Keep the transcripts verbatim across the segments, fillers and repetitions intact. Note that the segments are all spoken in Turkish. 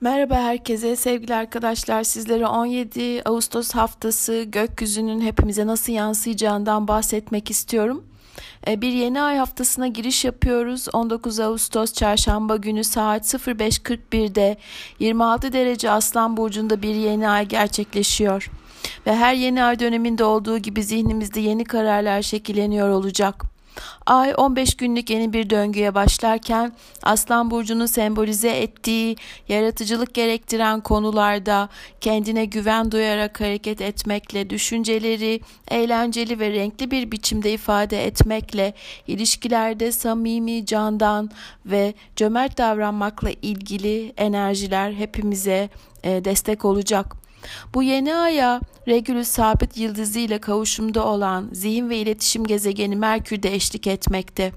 Merhaba herkese, sevgili arkadaşlar. Sizlere on yedi Ağustos haftası gökyüzünün hepimize nasıl yansıyacağından bahsetmek istiyorum. Bir yeni ay haftasına giriş yapıyoruz. on dokuz Ağustos Çarşamba günü saat sıfır beş kırk birde yirmi altı derece Aslan Burcu'nda bir yeni ay gerçekleşiyor. Ve her yeni ay döneminde olduğu gibi zihnimizde yeni kararlar şekilleniyor olacak. Ay on beş günlük yeni bir döngüye başlarken Aslan Burcu'nun sembolize ettiği yaratıcılık gerektiren konularda kendine güven duyarak hareket etmekle, düşünceleri eğlenceli ve renkli bir biçimde ifade etmekle, ilişkilerde samimi, candan ve cömert davranmakla ilgili enerjiler hepimize e, destek olacak. Bu yeni aya Regül'ü sabit yıldızı ile kavuşumda olan zihin ve iletişim gezegeni Merkür de eşlik etmekte.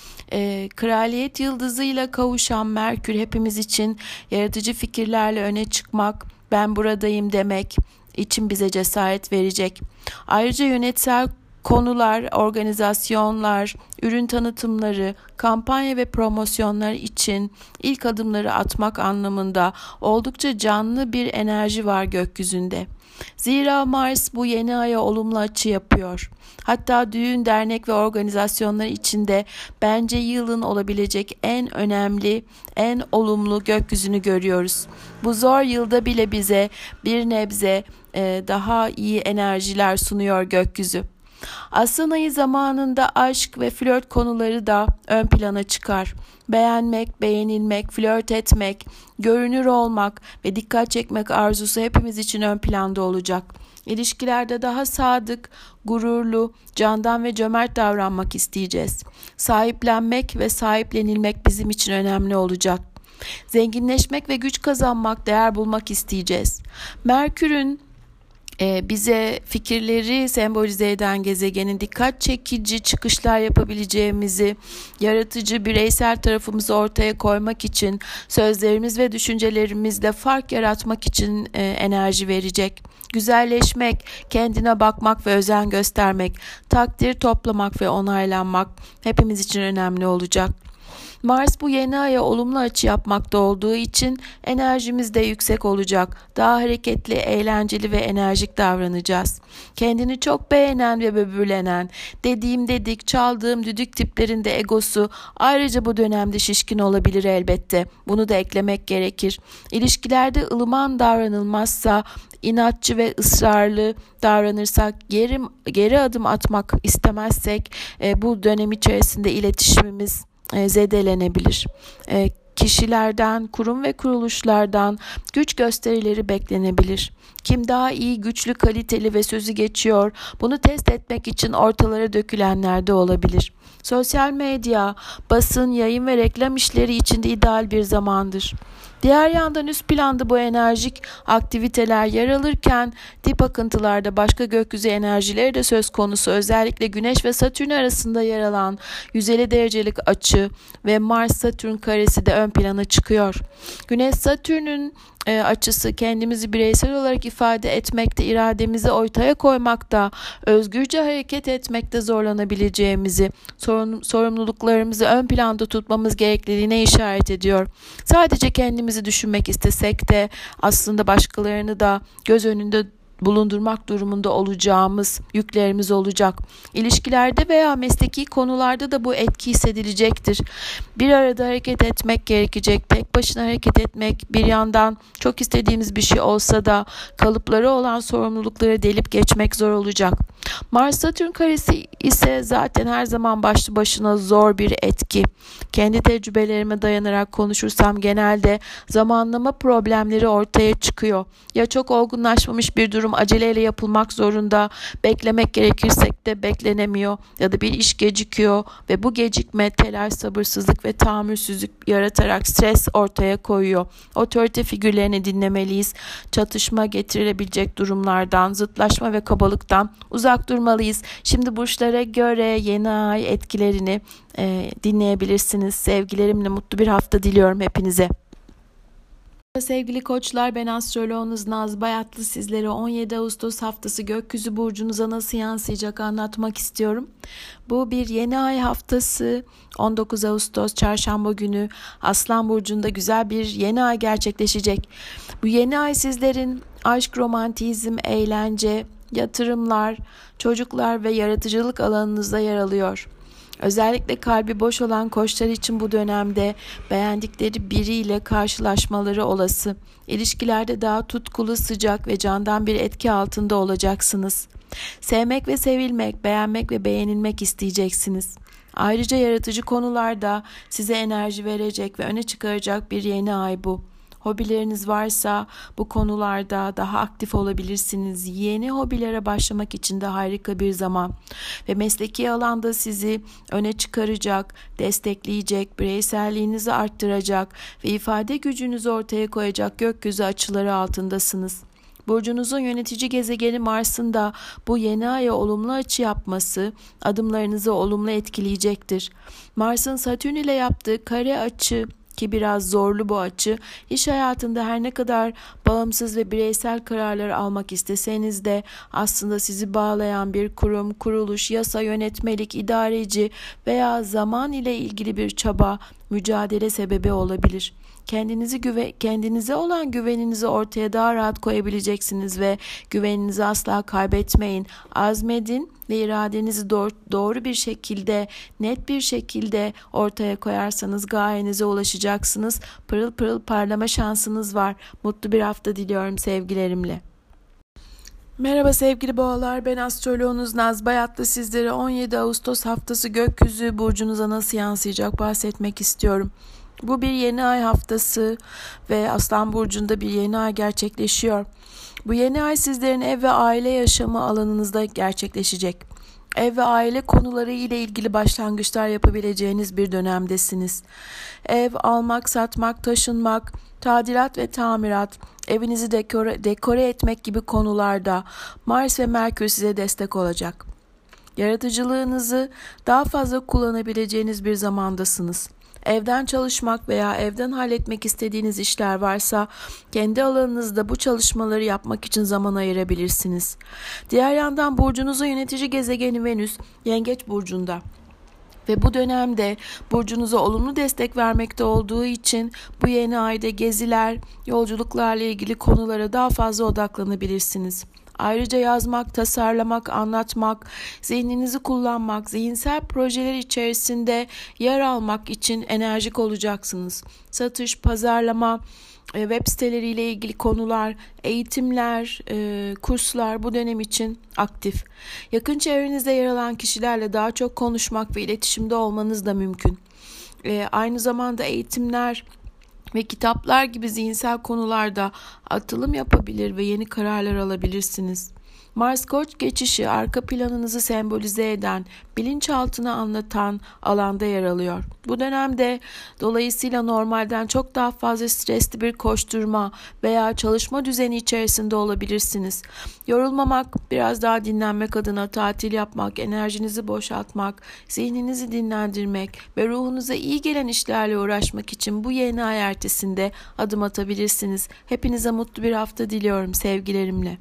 Ee, Kraliyet yıldızı ile kavuşan Merkür hepimiz için yaratıcı fikirlerle öne çıkmak, ben buradayım demek için bize cesaret verecek. Ayrıca yönetsel konular, organizasyonlar, ürün tanıtımları, kampanya ve promosyonlar için ilk adımları atmak anlamında oldukça canlı bir enerji var gökyüzünde. Zira Mars bu yeni aya olumlu açı yapıyor. Hatta düğün, dernek ve organizasyonlar içinde bence yılın olabilecek en önemli, en olumlu gökyüzünü görüyoruz. Bu zor yılda bile bize bir nebze e, daha iyi enerjiler sunuyor gökyüzü. Aslan ayı zamanında aşk ve flört konuları da ön plana çıkar. Beğenmek, beğenilmek, flört etmek, görünür olmak ve dikkat çekmek arzusu hepimiz için ön planda olacak. İlişkilerde daha sadık, gururlu, candan ve cömert davranmak isteyeceğiz. Sahiplenmek ve sahiplenilmek bizim için önemli olacak. Zenginleşmek ve güç kazanmak, değer bulmak isteyeceğiz. Merkür'ün bize fikirleri sembolize eden gezegenin dikkat çekici çıkışlar yapabileceğimizi, yaratıcı bireysel tarafımızı ortaya koymak için, sözlerimiz ve düşüncelerimizle fark yaratmak için enerji verecek. Güzelleşmek, kendine bakmak ve özen göstermek, takdir toplamak ve onaylanmak hepimiz için önemli olacak. Mars bu yeni aya olumlu açı yapmakta olduğu için enerjimiz de yüksek olacak. Daha hareketli, eğlenceli ve enerjik davranacağız. Kendini çok beğenen ve böbürlenen, dediğim dedik, çaldığım düdük tiplerinde egosu ayrıca bu dönemde şişkin olabilir elbette. Bunu da eklemek gerekir. İlişkilerde ılıman davranılmazsa, inatçı ve ısrarlı davranırsak, geri, geri adım atmak istemezsek e, bu dönem içerisinde iletişimimiz zedelenebilir. E, kişilerden, kurum ve kuruluşlardan güç gösterileri beklenebilir. Kim daha iyi, güçlü, kaliteli ve sözü geçiyor, bunu test etmek için ortalara dökülenler de olabilir. Sosyal medya, basın, yayın ve reklam işleri için de ideal bir zamandır. Diğer yandan üst planda bu enerjik aktiviteler yer alırken dip akıntılarda başka gökyüzü enerjileri de söz konusu. Özellikle Güneş ve Satürn arasında yer alan yüz elli derecelik açı ve Mars-Satürn karesi de ön plana çıkıyor. Güneş-Satürn'ün e, açısı kendimizi bireysel olarak ifade etmekte, irademizi ortaya koymakta, özgürce hareket etmekte zorlanabileceğimizi, sorun, sorumluluklarımızı ön planda tutmamız gerekliliğine işaret ediyor. Sadece kendimizi düşünmek istesek de aslında başkalarını da göz önünde bulundurmak durumunda olacağımız yüklerimiz olacak. İlişkilerde veya mesleki konularda da bu etki hissedilecektir. Bir arada hareket etmek gerekecek. Tek başına hareket etmek bir yandan çok istediğimiz bir şey olsa da kalıpları olan sorumlulukları delip geçmek zor olacak. Mars-Satürn karesi ise zaten her zaman başlı başına zor bir etki. Kendi tecrübelerime dayanarak konuşursam genelde zamanlama problemleri ortaya çıkıyor. Ya çok olgunlaşmamış bir durum aceleyle yapılmak zorunda, beklemek gerekirsek de beklenemiyor ya da bir iş gecikiyor ve bu gecikme telaş, sabırsızlık ve tahammülsüzlük yaratarak stres ortaya koyuyor. Otorite figürlerini dinlemeliyiz. Çatışma getirilebilecek durumlardan, zıtlaşma ve kabalıktan uzak durmalıyız. Şimdi burçlara göre yeni ay etkilerini e, dinleyebilirsiniz. Sevgilerimle mutlu bir hafta diliyorum hepinize. Sevgili koçlar, ben astroloğunuz Naz Bayatlı. Sizlere on yedi Ağustos haftası gökyüzü burcunuza nasıl yansıyacak anlatmak istiyorum. Bu bir yeni ay haftası. on dokuz Ağustos çarşamba günü Aslan burcunda güzel bir yeni ay gerçekleşecek. Bu yeni ay sizlerin aşk, romantizm, eğlence, yatırımlar, çocuklar ve yaratıcılık alanınızda yer alıyor. Özellikle kalbi boş olan koçlar için bu dönemde beğendikleri biriyle karşılaşmaları olası. İlişkilerde daha tutkulu, sıcak ve candan bir etki altında olacaksınız. Sevmek ve sevilmek, beğenmek ve beğenilmek isteyeceksiniz. Ayrıca yaratıcı konularda size enerji verecek ve öne çıkaracak bir yeni ay bu. Hobileriniz varsa bu konularda daha aktif olabilirsiniz. Yeni hobilere başlamak için de harika bir zaman. Ve mesleki alanda sizi öne çıkaracak, destekleyecek, bireyselliğinizi arttıracak ve ifade gücünüzü ortaya koyacak gökyüzü açıları altındasınız. Burcunuzun yönetici gezegeni Mars'ın da bu yeni aya olumlu açı yapması adımlarınızı olumlu etkileyecektir. Mars'ın Satürn ile yaptığı kare açı, ki biraz zorlu bu açı, iş hayatında her ne kadar bağımsız ve bireysel kararlar almak isteseniz de aslında sizi bağlayan bir kurum, kuruluş, yasa, yönetmelik, idareci veya zaman ile ilgili bir çaba, mücadele sebebi olabilir. Kendinizi güve, kendinize olan güveninizi ortaya daha rahat koyabileceksiniz ve güveninizi asla kaybetmeyin. Azmedin ve iradenizi doğru, doğru bir şekilde, net bir şekilde ortaya koyarsanız gayenize ulaşacaksınız. Pırıl pırıl parlama şansınız var. Mutlu bir hafta diliyorum sevgilerimle. Merhaba sevgili boğalar, ben astroloğunuz Naz Bayatlı. Sizlere on yedi Ağustos haftası gökyüzü burcunuza nasıl yansıyacak bahsetmek istiyorum. Bu bir yeni ay haftası ve Aslan burcunda bir yeni ay gerçekleşiyor. Bu yeni ay sizlerin ev ve aile yaşamı alanınızda gerçekleşecek. Ev ve aile konuları ile ilgili başlangıçlar yapabileceğiniz bir dönemdesiniz. Ev almak, satmak, taşınmak, tadilat ve tamirat, evinizi dekore, dekore etmek gibi konularda Mars ve Merkür size destek olacak. Yaratıcılığınızı daha fazla kullanabileceğiniz bir zamandasınız. Evden çalışmak veya evden halletmek istediğiniz işler varsa kendi alanınızda bu çalışmaları yapmak için zaman ayırabilirsiniz. Diğer yandan burcunuzun yönetici gezegeni Venüs Yengeç burcunda ve bu dönemde burcunuza olumlu destek vermekte olduğu için bu yeni ayda geziler, yolculuklarla ilgili konulara daha fazla odaklanabilirsiniz. Ayrıca yazmak, tasarlamak, anlatmak, zihninizi kullanmak, zihinsel projeler içerisinde yer almak için enerjik olacaksınız. Satış, pazarlama, web siteleriyle ilgili konular, eğitimler, kurslar bu dönem için aktif. Yakın çevrenizde yer alan kişilerle daha çok konuşmak ve iletişimde olmanız da mümkün. Aynı zamanda eğitimler ve kitaplar gibi zihinsel konularda atılım yapabilir ve yeni kararlar alabilirsiniz. Mars Koç geçişi arka planınızı sembolize eden, bilinçaltını anlatan alanda yer alıyor. Bu dönemde dolayısıyla normalden çok daha fazla stresli bir koşturma veya çalışma düzeni içerisinde olabilirsiniz. Yorulmamak, biraz daha dinlenmek adına tatil yapmak, enerjinizi boşaltmak, zihninizi dinlendirmek ve ruhunuza iyi gelen işlerle uğraşmak için bu yeni ay ertesinde adım atabilirsiniz. Hepinize mutlu bir hafta diliyorum sevgilerimle.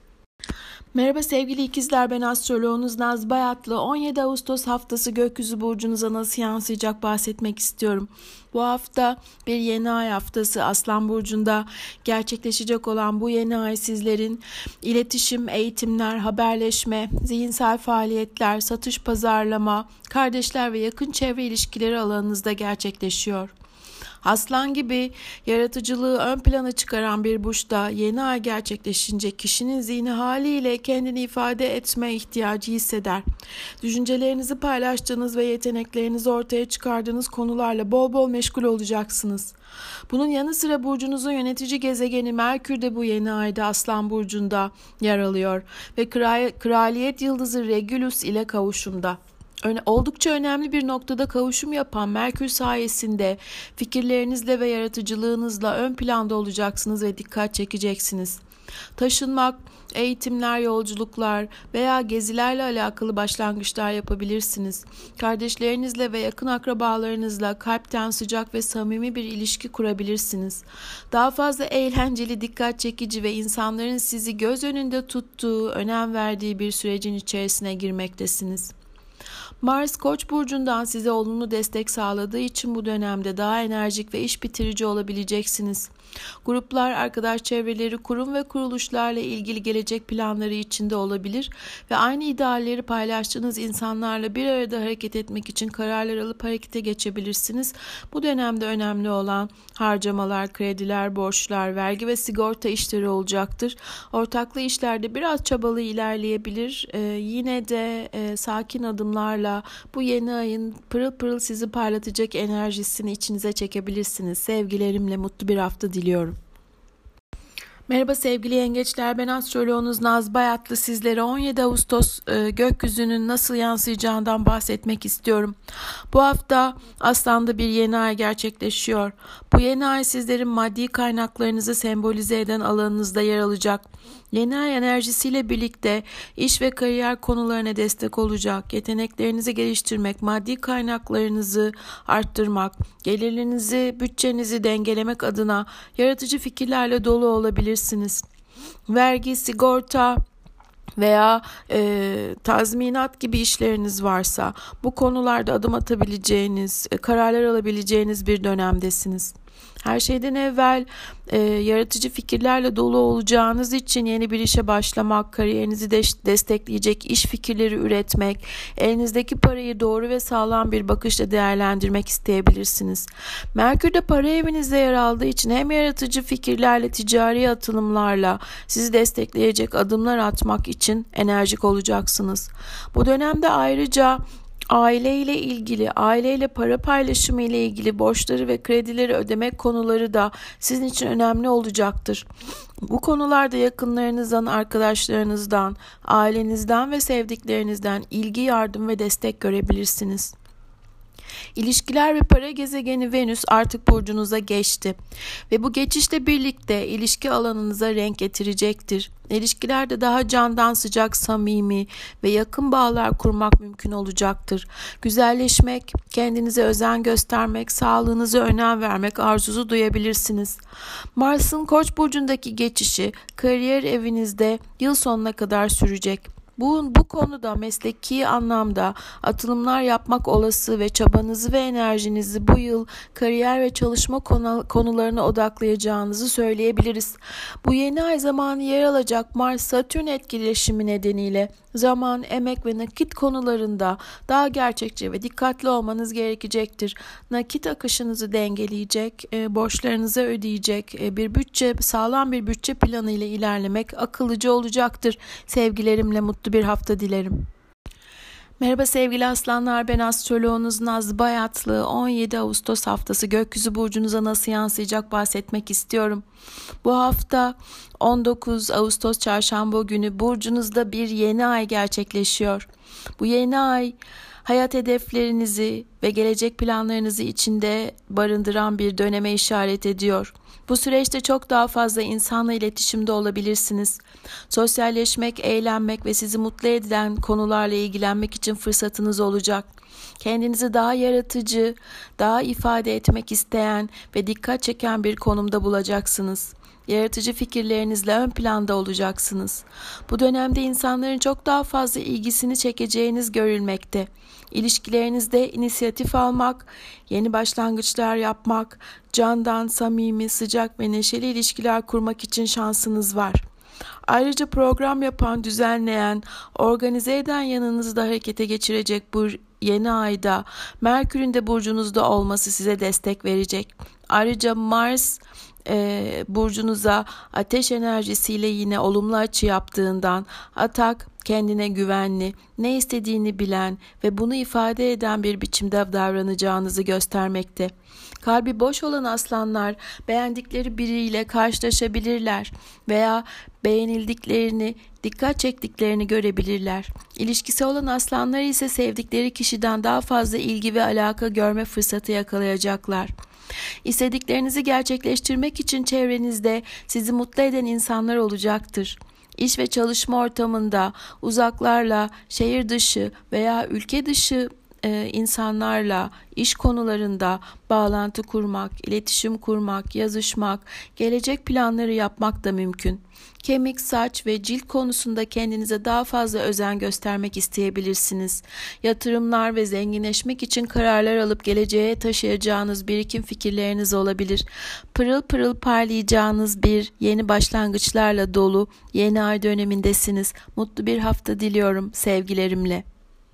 Merhaba sevgili ikizler, ben astroloğunuz Naz Bayatlı. on yedi Ağustos haftası gökyüzü burcunuza nasıl yansıyacak bahsetmek istiyorum. Bu hafta bir yeni ay haftası. Aslan burcunda gerçekleşecek olan bu yeni ay sizlerin iletişim, eğitimler, haberleşme, zihinsel faaliyetler, satış, pazarlama, kardeşler ve yakın çevre ilişkileri alanınızda gerçekleşiyor. Aslan gibi yaratıcılığı ön plana çıkaran bir burçta yeni ay gerçekleşince kişinin zihni haliyle kendini ifade etme ihtiyacı hisseder. Düşüncelerinizi paylaştığınız ve yeteneklerinizi ortaya çıkardığınız konularla bol bol meşgul olacaksınız. Bunun yanı sıra burcunuzun yönetici gezegeni Merkür de bu yeni ayda Aslan burcunda yer alıyor ve kraliyet yıldızı Regulus ile kavuşumda. Oldukça önemli bir noktada kavuşum yapan Merkür sayesinde fikirlerinizle ve yaratıcılığınızla ön planda olacaksınız ve dikkat çekeceksiniz. Taşınmak, eğitimler, yolculuklar veya gezilerle alakalı başlangıçlar yapabilirsiniz. Kardeşlerinizle ve yakın akrabalarınızla kalpten sıcak ve samimi bir ilişki kurabilirsiniz. Daha fazla eğlenceli, dikkat çekici ve insanların sizi göz önünde tuttuğu, önem verdiği bir sürecin içerisine girmektesiniz. Mars Koç burcundan size olumlu destek sağladığı için bu dönemde daha enerjik ve iş bitirici olabileceksiniz. Gruplar, arkadaş çevreleri, kurum ve kuruluşlarla ilgili gelecek planları içinde olabilir ve aynı idealleri paylaştığınız insanlarla bir arada hareket etmek için kararlar alıp harekete geçebilirsiniz. Bu dönemde önemli olan harcamalar, krediler, borçlar, vergi ve sigorta işleri olacaktır. Ortaklı işlerde biraz çabalı ilerleyebilir. Ee, yine de e, sakin adımlarla bu yeni ayın pırıl pırıl sizi parlatacak enerjisini içinize çekebilirsiniz. Sevgilerimle mutlu bir hafta diliyorum. Merhaba sevgili yengeçler, ben astroloğunuz Naz Bayatlı. Sizlere on yedi Ağustos e, gökyüzünün nasıl yansıyacağından bahsetmek istiyorum. Bu hafta Aslan'da bir yeni ay gerçekleşiyor. Bu yeni ay sizlerin maddi kaynaklarınızı sembolize eden alanınızda yer alacak. Yeni ay enerjisiyle birlikte iş ve kariyer konularına destek olacak. Yeteneklerinizi geliştirmek, maddi kaynaklarınızı arttırmak, gelirlerinizi, bütçenizi dengelemek adına yaratıcı fikirlerle dolu olabilirsiniz. Vergi, sigorta veya e, tazminat gibi işleriniz varsa bu konularda adım atabileceğiniz, e, kararlar alabileceğiniz bir dönemdesiniz. Her şeyden evvel e, yaratıcı fikirlerle dolu olacağınız için yeni bir işe başlamak, kariyerinizi de destekleyecek iş fikirleri üretmek, elinizdeki parayı doğru ve sağlam bir bakışla değerlendirmek isteyebilirsiniz. Merkür de para evinizde yer aldığı için hem yaratıcı fikirlerle, ticari atılımlarla sizi destekleyecek adımlar atmak için enerjik olacaksınız. Bu dönemde ayrıca aileyle ilgili, aileyle para paylaşımı ile ilgili borçları ve kredileri ödemek konuları da sizin için önemli olacaktır. Bu konularda yakınlarınızdan, arkadaşlarınızdan, ailenizden ve sevdiklerinizden ilgi, yardım ve destek görebilirsiniz. İlişkiler ve para gezegeni Venüs artık burcunuza geçti ve bu geçişle birlikte ilişki alanınıza renk getirecektir. İlişkilerde daha candan sıcak, samimi ve yakın bağlar kurmak mümkün olacaktır. Güzelleşmek, kendinize özen göstermek, sağlığınıza önem vermek arzusu duyabilirsiniz. Mars'ın Koç burcundaki geçişi kariyer evinizde yıl sonuna kadar sürecek. Bu, bu konuda mesleki anlamda atılımlar yapmak olası ve çabanızı ve enerjinizi bu yıl kariyer ve çalışma konu, konularına odaklayacağınızı söyleyebiliriz. Bu yeni ay zamanı yer alacak Mars-Satürn etkileşimi nedeniyle zaman, emek ve nakit konularında daha gerçekçi ve dikkatli olmanız gerekecektir. Nakit akışınızı dengeleyecek, e, borçlarınızı ödeyecek e, bir bütçe, sağlam bir bütçe planı ile ilerlemek akıllıca olacaktır. Sevgilerimle mutlu bir hafta dilerim. Merhaba sevgili aslanlar, ben astroloğunuz Naz Bayatlı. on yedi Ağustos haftası gökyüzü burcunuza nasıl yansıyacak bahsetmek istiyorum. Bu hafta on dokuz Ağustos çarşamba günü burcunuzda bir yeni ay gerçekleşiyor. Bu yeni ay hayat hedeflerinizi ve gelecek planlarınızı içinde barındıran bir döneme işaret ediyor. Bu süreçte çok daha fazla insanla iletişimde olabilirsiniz. Sosyalleşmek, eğlenmek ve sizi mutlu eden konularla ilgilenmek için fırsatınız olacak. Kendinizi daha yaratıcı, daha ifade etmek isteyen ve dikkat çeken bir konumda bulacaksınız. Yaratıcı fikirlerinizle ön planda olacaksınız. Bu dönemde insanların çok daha fazla ilgisini çekeceğiniz görülmekte. İlişkilerinizde inisiyatif almak, yeni başlangıçlar yapmak, candan, samimi, sıcak ve neşeli ilişkiler kurmak için şansınız var. Ayrıca program yapan, düzenleyen, organize eden yanınızı da harekete geçirecek bu yeni ayda Merkür'ün de burcunuzda olması size destek verecek. Ayrıca Mars e, burcunuza ateş enerjisiyle yine olumlu açı yaptığından atak, kendine güvenli, ne istediğini bilen ve bunu ifade eden bir biçimde davranacağınızı göstermekte. Kalbi boş olan aslanlar beğendikleri biriyle karşılaşabilirler veya beğenildiklerini, dikkat çektiklerini görebilirler. İlişkisi olan aslanlar ise sevdikleri kişiden daha fazla ilgi ve alaka görme fırsatı yakalayacaklar. İstediklerinizi gerçekleştirmek için çevrenizde sizi mutlu eden insanlar olacaktır. İş ve çalışma ortamında uzaklarla, şehir dışı veya ülke dışı e, insanlarla iş konularında bağlantı kurmak, iletişim kurmak, yazışmak, gelecek planları yapmak da mümkün. Kemik, saç ve cilt konusunda kendinize daha fazla özen göstermek isteyebilirsiniz. Yatırımlar ve zenginleşmek için kararlar alıp geleceğe taşıyacağınız birikim fikirleriniz olabilir. Pırıl pırıl parlayacağınız bir yeni başlangıçlarla dolu yeni ay dönemindesiniz. Mutlu bir hafta diliyorum sevgilerimle.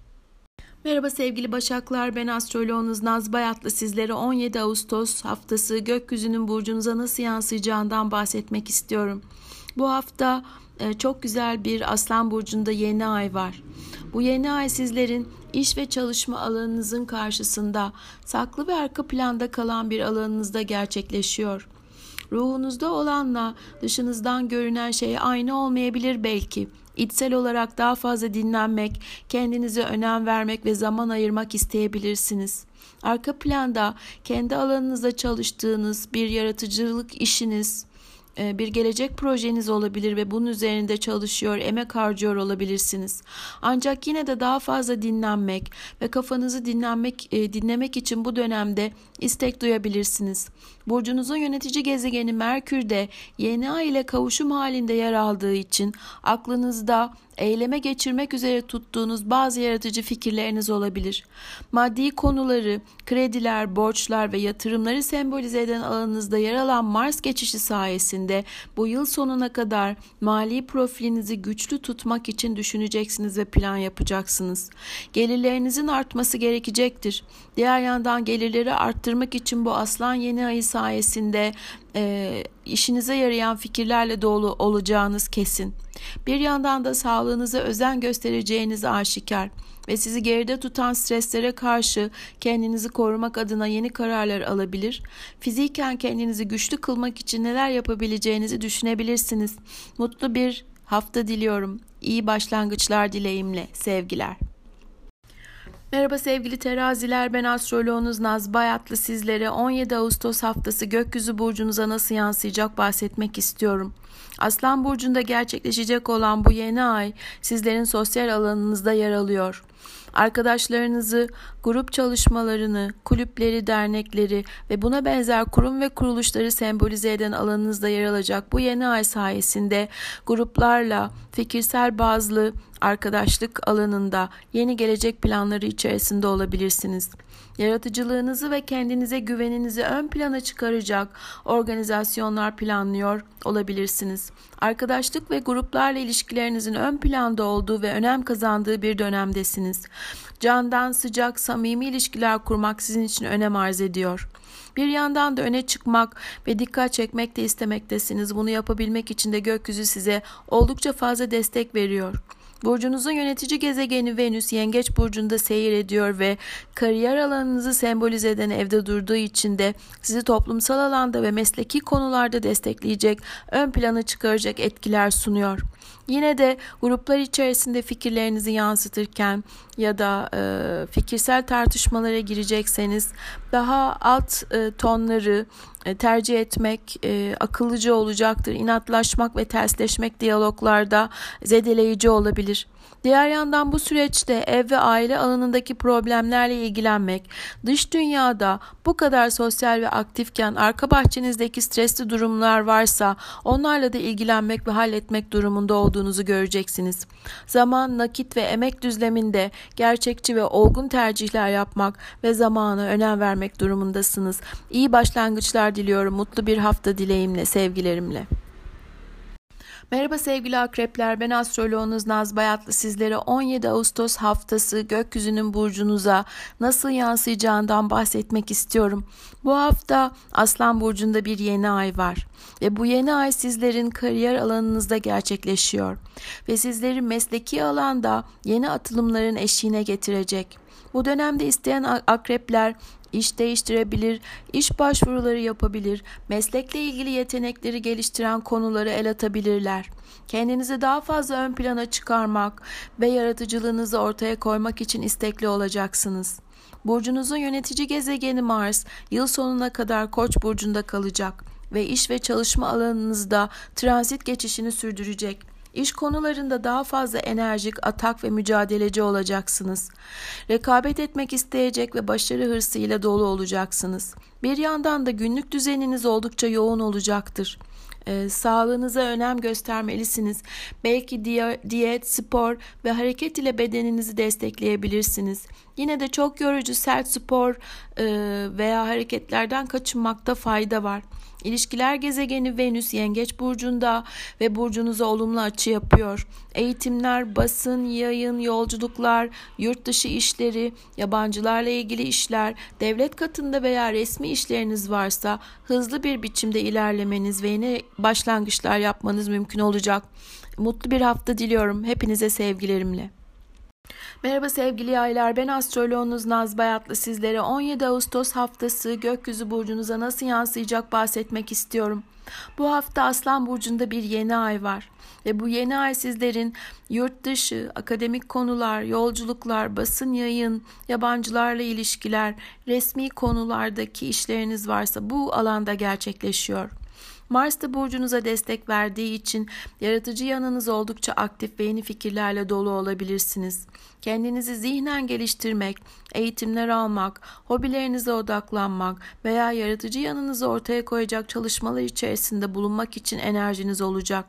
Merhaba sevgili Başaklar, ben astroloğunuz Naz Bayatlı. Sizlere on yedi Ağustos haftası gökyüzünün burcunuza nasıl yansıyacağından bahsetmek istiyorum. Bu hafta çok güzel bir Aslan burcunda yeni ay var. Bu yeni ay sizlerin iş ve çalışma alanınızın karşısında saklı ve arka planda kalan bir alanınızda gerçekleşiyor. Ruhunuzda olanla dışınızdan görünen şey aynı olmayabilir belki. İçsel olarak daha fazla dinlenmek, kendinize önem vermek ve zaman ayırmak isteyebilirsiniz. Arka planda kendi alanınızda çalıştığınız bir yaratıcılık işiniz, bir gelecek projeniz olabilir ve bunun üzerinde çalışıyor, emek harcıyor olabilirsiniz. Ancak yine de daha fazla dinlenmek ve kafanızı dinlenmek, dinlemek için bu dönemde istek duyabilirsiniz. Burcunuzun yönetici gezegeni Merkür de yeni ay ile kavuşum halinde yer aldığı için aklınızda eyleme geçirmek üzere tuttuğunuz bazı yaratıcı fikirleriniz olabilir. Maddi konuları, krediler, borçlar ve yatırımları sembolize eden alanınızda yer alan Mars geçişi sayesinde bu yıl sonuna kadar mali profilinizi güçlü tutmak için düşüneceksiniz ve plan yapacaksınız. Gelirlerinizin artması gerekecektir. Diğer yandan gelirleri arttırmak için bu Aslan yeni ayı sayesinde e, işinize yarayan fikirlerle dolu olacağınız kesin. Bir yandan da sağlığınıza özen göstereceğiniz aşikar ve sizi geride tutan streslere karşı kendinizi korumak adına yeni kararlar alabilir. Fiziken kendinizi güçlü kılmak için neler yapabileceğinizi düşünebilirsiniz. Mutlu bir hafta diliyorum. İyi başlangıçlar dileğimle. Sevgiler. Merhaba sevgili teraziler, ben astroloğunuz Naz Bayatlı. Sizlere on yedi Ağustos haftası gökyüzü burcunuza nasıl yansıyacak bahsetmek istiyorum. Aslan burcunda gerçekleşecek olan bu yeni ay sizlerin sosyal alanınızda yer alıyor. Arkadaşlarınızı, grup çalışmalarını, kulüpleri, dernekleri ve buna benzer kurum ve kuruluşları sembolize eden alanınızda yer alacak bu yeni ay sayesinde gruplarla fikirsel bazlı arkadaşlık alanında yeni gelecek planları içerisinde olabilirsiniz. Yaratıcılığınızı ve kendinize güveninizi ön plana çıkaracak organizasyonlar planlıyor olabilirsiniz. Arkadaşlık ve gruplarla ilişkilerinizin ön planda olduğu ve önem kazandığı bir dönemdesiniz. Candan sıcak, samimi ilişkiler kurmak sizin için önem arz ediyor. Bir yandan da öne çıkmak ve dikkat çekmek de istemektesiniz. Bunu yapabilmek için de gökyüzü size oldukça fazla destek veriyor. Burcunuzun yönetici gezegeni Venüs Yengeç burcunda seyir ediyor ve kariyer alanınızı sembolize eden evde durduğu için de sizi toplumsal alanda ve mesleki konularda destekleyecek, ön plana çıkaracak etkiler sunuyor. Yine de gruplar içerisinde fikirlerinizi yansıtırken ya da e, fikirsel tartışmalara girecekseniz daha alt e, tonları e, tercih etmek e, akıllıca olacaktır. İnatlaşmak ve tersleşmek diyaloglarda zedeleyici olabilir. Diğer yandan bu süreçte ev ve aile alanındaki problemlerle ilgilenmek, dış dünyada bu kadar sosyal ve aktifken arka bahçenizdeki stresli durumlar varsa onlarla da ilgilenmek ve halletmek durumunda olduğunuzu göreceksiniz. Zaman, nakit ve emek düzleminde gerçekçi ve olgun tercihler yapmak ve zamana önem vermek durumundasınız. İyi başlangıçlar diliyorum. Mutlu bir hafta dileğimle, sevgilerimle. Merhaba sevgili akrepler, ben astroloğunuz Naz Bayatlı. Sizlere on yedi Ağustos haftası gökyüzünün burcunuza nasıl yansıyacağından bahsetmek istiyorum. Bu hafta Aslan burcunda bir yeni ay var ve bu yeni ay sizlerin kariyer alanınızda gerçekleşiyor ve sizleri mesleki alanda yeni atılımların eşiğine getirecek. Bu dönemde isteyen akrepler iş değiştirebilir, iş başvuruları yapabilir, meslekle ilgili yetenekleri geliştiren konuları el atabilirler. Kendinizi daha fazla ön plana çıkarmak ve yaratıcılığınızı ortaya koymak için istekli olacaksınız. Burcunuzun yönetici gezegeni Mars, yıl sonuna kadar Koç burcunda kalacak ve iş ve çalışma alanınızda transit geçişini sürdürecek. İş konularında daha fazla enerjik, atak ve mücadeleci olacaksınız. Rekabet etmek isteyecek ve başarı hırsıyla dolu olacaksınız. Bir yandan da günlük düzeniniz oldukça yoğun olacaktır. Ee, sağlığınıza önem göstermelisiniz. Belki diyet, spor ve hareket ile bedeninizi destekleyebilirsiniz. Yine de çok yorucu sert spor e, veya hareketlerden kaçınmakta fayda var. İlişkiler gezegeni Venüs Yengeç burcunda ve burcunuza olumlu açı yapıyor. Eğitimler, basın, yayın, yolculuklar, yurt dışı işleri, yabancılarla ilgili işler, devlet katında veya resmi işleriniz varsa hızlı bir biçimde ilerlemeniz ve yeni başlangıçlar yapmanız mümkün olacak. Mutlu bir hafta diliyorum. Hepinize sevgilerimle. Merhaba sevgili yaylar, ben astroloğunuz Naz Bayatlı. Sizlere on yedi Ağustos haftası gökyüzü burcunuza nasıl yansıyacak bahsetmek istiyorum. Bu hafta Aslan burcunda bir yeni ay var ve bu yeni ay sizlerin yurt dışı, akademik konular, yolculuklar, basın yayın, yabancılarla ilişkiler, resmi konulardaki işleriniz varsa bu alanda gerçekleşiyor. Mars da burcunuza destek verdiği için yaratıcı yanınız oldukça aktif ve yeni fikirlerle dolu olabilirsiniz. Kendinizi zihnen geliştirmek, eğitimler almak, hobilerinize odaklanmak veya yaratıcı yanınızı ortaya koyacak çalışmalar içerisinde bulunmak için enerjiniz olacak.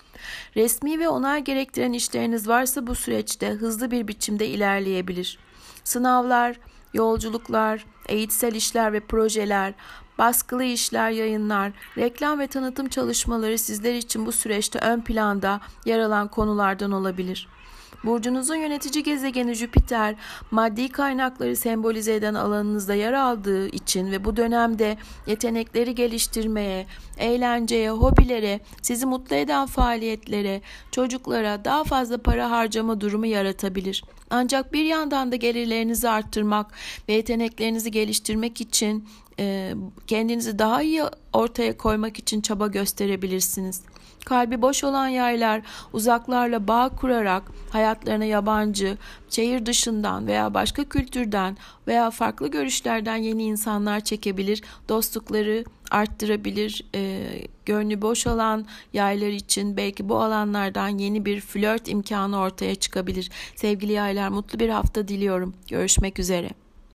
Resmi ve onay gerektiren işleriniz varsa bu süreçte hızlı bir biçimde ilerleyebilir. Sınavlar, yolculuklar, eğitsel işler ve projeler, baskılı işler, yayınlar, reklam ve tanıtım çalışmaları sizler için bu süreçte ön planda yer alan konulardan olabilir. Burcunuzun yönetici gezegeni Jüpiter, maddi kaynakları sembolize eden alanınızda yer aldığı için ve bu dönemde yetenekleri geliştirmeye, eğlenceye, hobilere, sizi mutlu eden faaliyetlere, çocuklara daha fazla para harcama durumu yaratabilir. Ancak bir yandan da gelirlerinizi arttırmak ve yeteneklerinizi geliştirmek için e, kendinizi daha iyi ortaya koymak için çaba gösterebilirsiniz. Kalbi boş olan yaylar uzaklarla bağ kurarak hayatlarına yabancı, şehir dışından veya başka kültürden veya farklı görüşlerden yeni insanlar çekebilir, dostlukları arttırabilir. E, gönlü boş olan yaylar için belki bu alanlardan yeni bir flört imkanı ortaya çıkabilir. Sevgili yaylar, mutlu bir hafta diliyorum. Görüşmek üzere.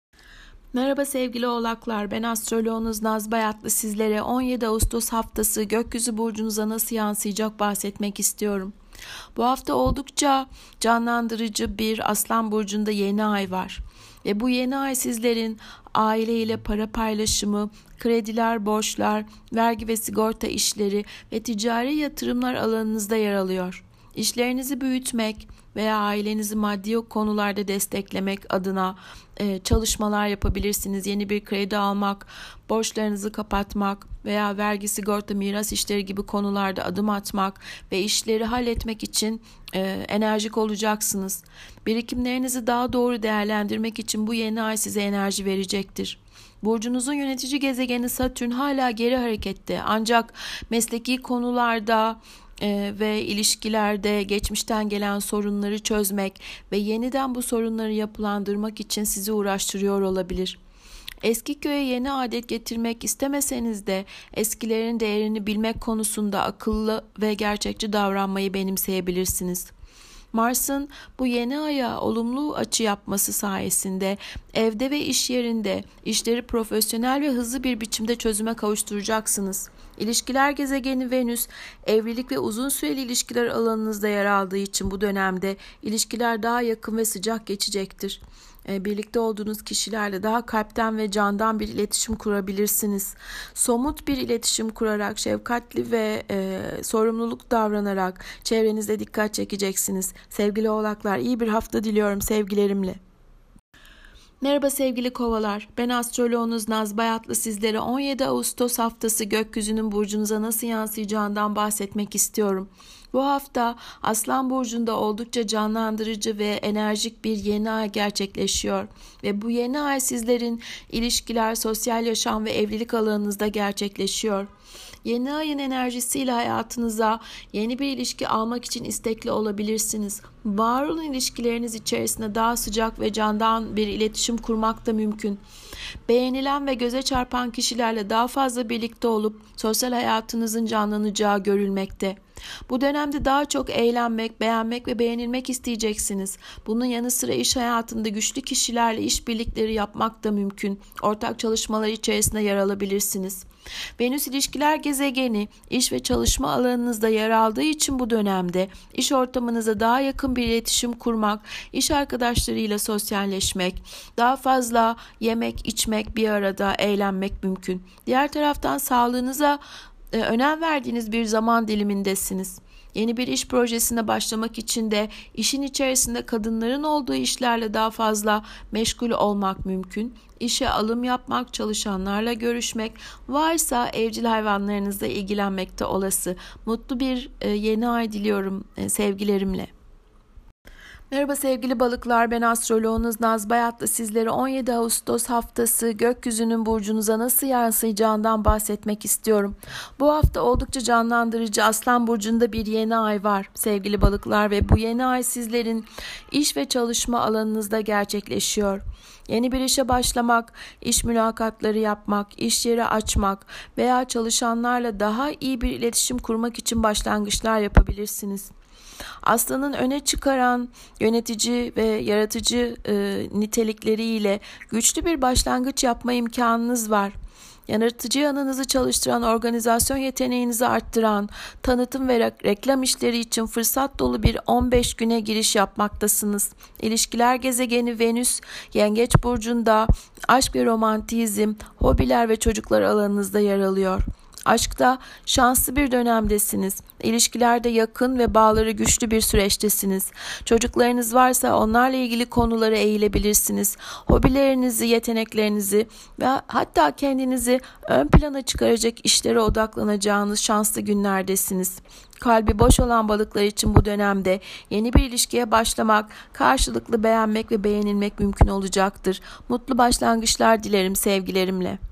Merhaba sevgili oğlaklar, ben astroloğunuz Naz Bayatlı. Sizlere on yedi Ağustos haftası gökyüzü burcunuza nasıl yansıyacak bahsetmek istiyorum. Bu hafta oldukça canlandırıcı bir Aslan burcunda yeni ay var. Ve bu yeni ay sizlerin aileyle para paylaşımı, krediler, borçlar, vergi ve sigorta işleri ve ticari yatırımlar alanınızda yer alıyor. İşlerinizi büyütmek veya ailenizi maddi konularda desteklemek adına e, çalışmalar yapabilirsiniz. Yeni bir kredi almak, borçlarınızı kapatmak veya vergi, sigorta, miras işleri gibi konularda adım atmak ve işleri halletmek için e, enerjik olacaksınız. Birikimlerinizi daha doğru değerlendirmek için bu yeni ay size enerji verecektir. Burcunuzun yönetici gezegeni Satürn hala geri harekette, ancak mesleki konularda Ee, ve ilişkilerde geçmişten gelen sorunları çözmek ve yeniden bu sorunları yapılandırmak için sizi uğraştırıyor olabilir. Eski köye yeni adet getirmek istemeseniz de eskilerin değerini bilmek konusunda akıllı ve gerçekçi davranmayı benimseyebilirsiniz. Mars'ın bu yeni aya olumlu açı yapması sayesinde evde ve iş yerinde işleri profesyonel ve hızlı bir biçimde çözüme kavuşturacaksınız. İlişkiler gezegeni Venüs, evlilik ve uzun süreli ilişkiler alanınızda yer aldığı için bu dönemde ilişkiler daha yakın ve sıcak geçecektir. Birlikte olduğunuz kişilerle daha kalpten ve candan bir iletişim kurabilirsiniz. Somut bir iletişim kurarak, şefkatli ve e, sorumluluk davranarak çevrenizde dikkat çekeceksiniz. Sevgili oğlaklar, iyi bir hafta diliyorum sevgilerimle. Merhaba sevgili kovalar, ben astroloğunuz Naz Bayatlı sizlere on yedi Ağustos haftası gökyüzünün burcunuza nasıl yansıyacağından bahsetmek istiyorum. Bu hafta Aslan Burcu'nda oldukça canlandırıcı ve enerjik bir yeni ay gerçekleşiyor. Ve bu yeni ay sizlerin ilişkiler, sosyal yaşam ve evlilik alanınızda gerçekleşiyor. Yeni ayın enerjisiyle hayatınıza yeni bir ilişki almak için istekli olabilirsiniz. Var olan ilişkileriniz içerisinde daha sıcak ve candan bir iletişim kurmak da mümkün. Beğenilen ve göze çarpan kişilerle daha fazla birlikte olup sosyal hayatınızın canlanacağı görülmekte. Bu dönemde daha çok eğlenmek, beğenmek ve beğenilmek isteyeceksiniz. Bunun yanı sıra iş hayatında güçlü kişilerle işbirlikleri yapmak da mümkün. Ortak çalışmalar içerisinde yer alabilirsiniz. Venüs ilişkiler gezegeni iş ve çalışma alanınızda yer aldığı için bu dönemde iş ortamınıza daha yakın bir iletişim kurmak, iş arkadaşlarıyla sosyalleşmek, daha fazla yemek, içmek, bir arada eğlenmek mümkün. Diğer taraftan sağlığınıza e, önem verdiğiniz bir zaman dilimindesiniz. Yeni bir iş projesine başlamak için de işin içerisinde kadınların olduğu işlerle daha fazla meşgul olmak mümkün. İşe alım yapmak, çalışanlarla görüşmek, varsa evcil hayvanlarınızla ilgilenmek de olası. Mutlu bir e, yeni ay diliyorum e, sevgilerimle. Merhaba sevgili balıklar, ben astroloğunuz Naz Bayatlı sizlere on yedi Ağustos haftası gökyüzünün burcunuza nasıl yansıyacağından bahsetmek istiyorum. Bu hafta oldukça canlandırıcı Aslan Burcu'nda bir yeni ay var sevgili balıklar ve bu yeni ay sizlerin iş ve çalışma alanınızda gerçekleşiyor. Yeni bir işe başlamak, iş mülakatları yapmak, iş yeri açmak veya çalışanlarla daha iyi bir iletişim kurmak için başlangıçlar yapabilirsiniz. Aslanın öne çıkaran yönetici ve yaratıcı e, nitelikleriyle güçlü bir başlangıç yapma imkanınız var. Yaratıcı yanınızı çalıştıran, organizasyon yeteneğinizi arttıran, tanıtım ve reklam işleri için fırsat dolu bir on beş güne giriş yapmaktasınız. İlişkiler gezegeni Venüs, Yengeç Burcu'nda aşk ve romantizm, hobiler ve çocuklar alanınızda yer alıyor. Aşkta şanslı bir dönemdesiniz. İlişkilerde yakın ve bağları güçlü bir süreçtesiniz. Çocuklarınız varsa onlarla ilgili konulara eğilebilirsiniz. Hobilerinizi, yeteneklerinizi ve hatta kendinizi ön plana çıkaracak işlere odaklanacağınız şanslı günlerdesiniz. Kalbi boş olan balıklar için bu dönemde yeni bir ilişkiye başlamak, karşılıklı beğenmek ve beğenilmek mümkün olacaktır. Mutlu başlangıçlar dilerim sevgilerimle.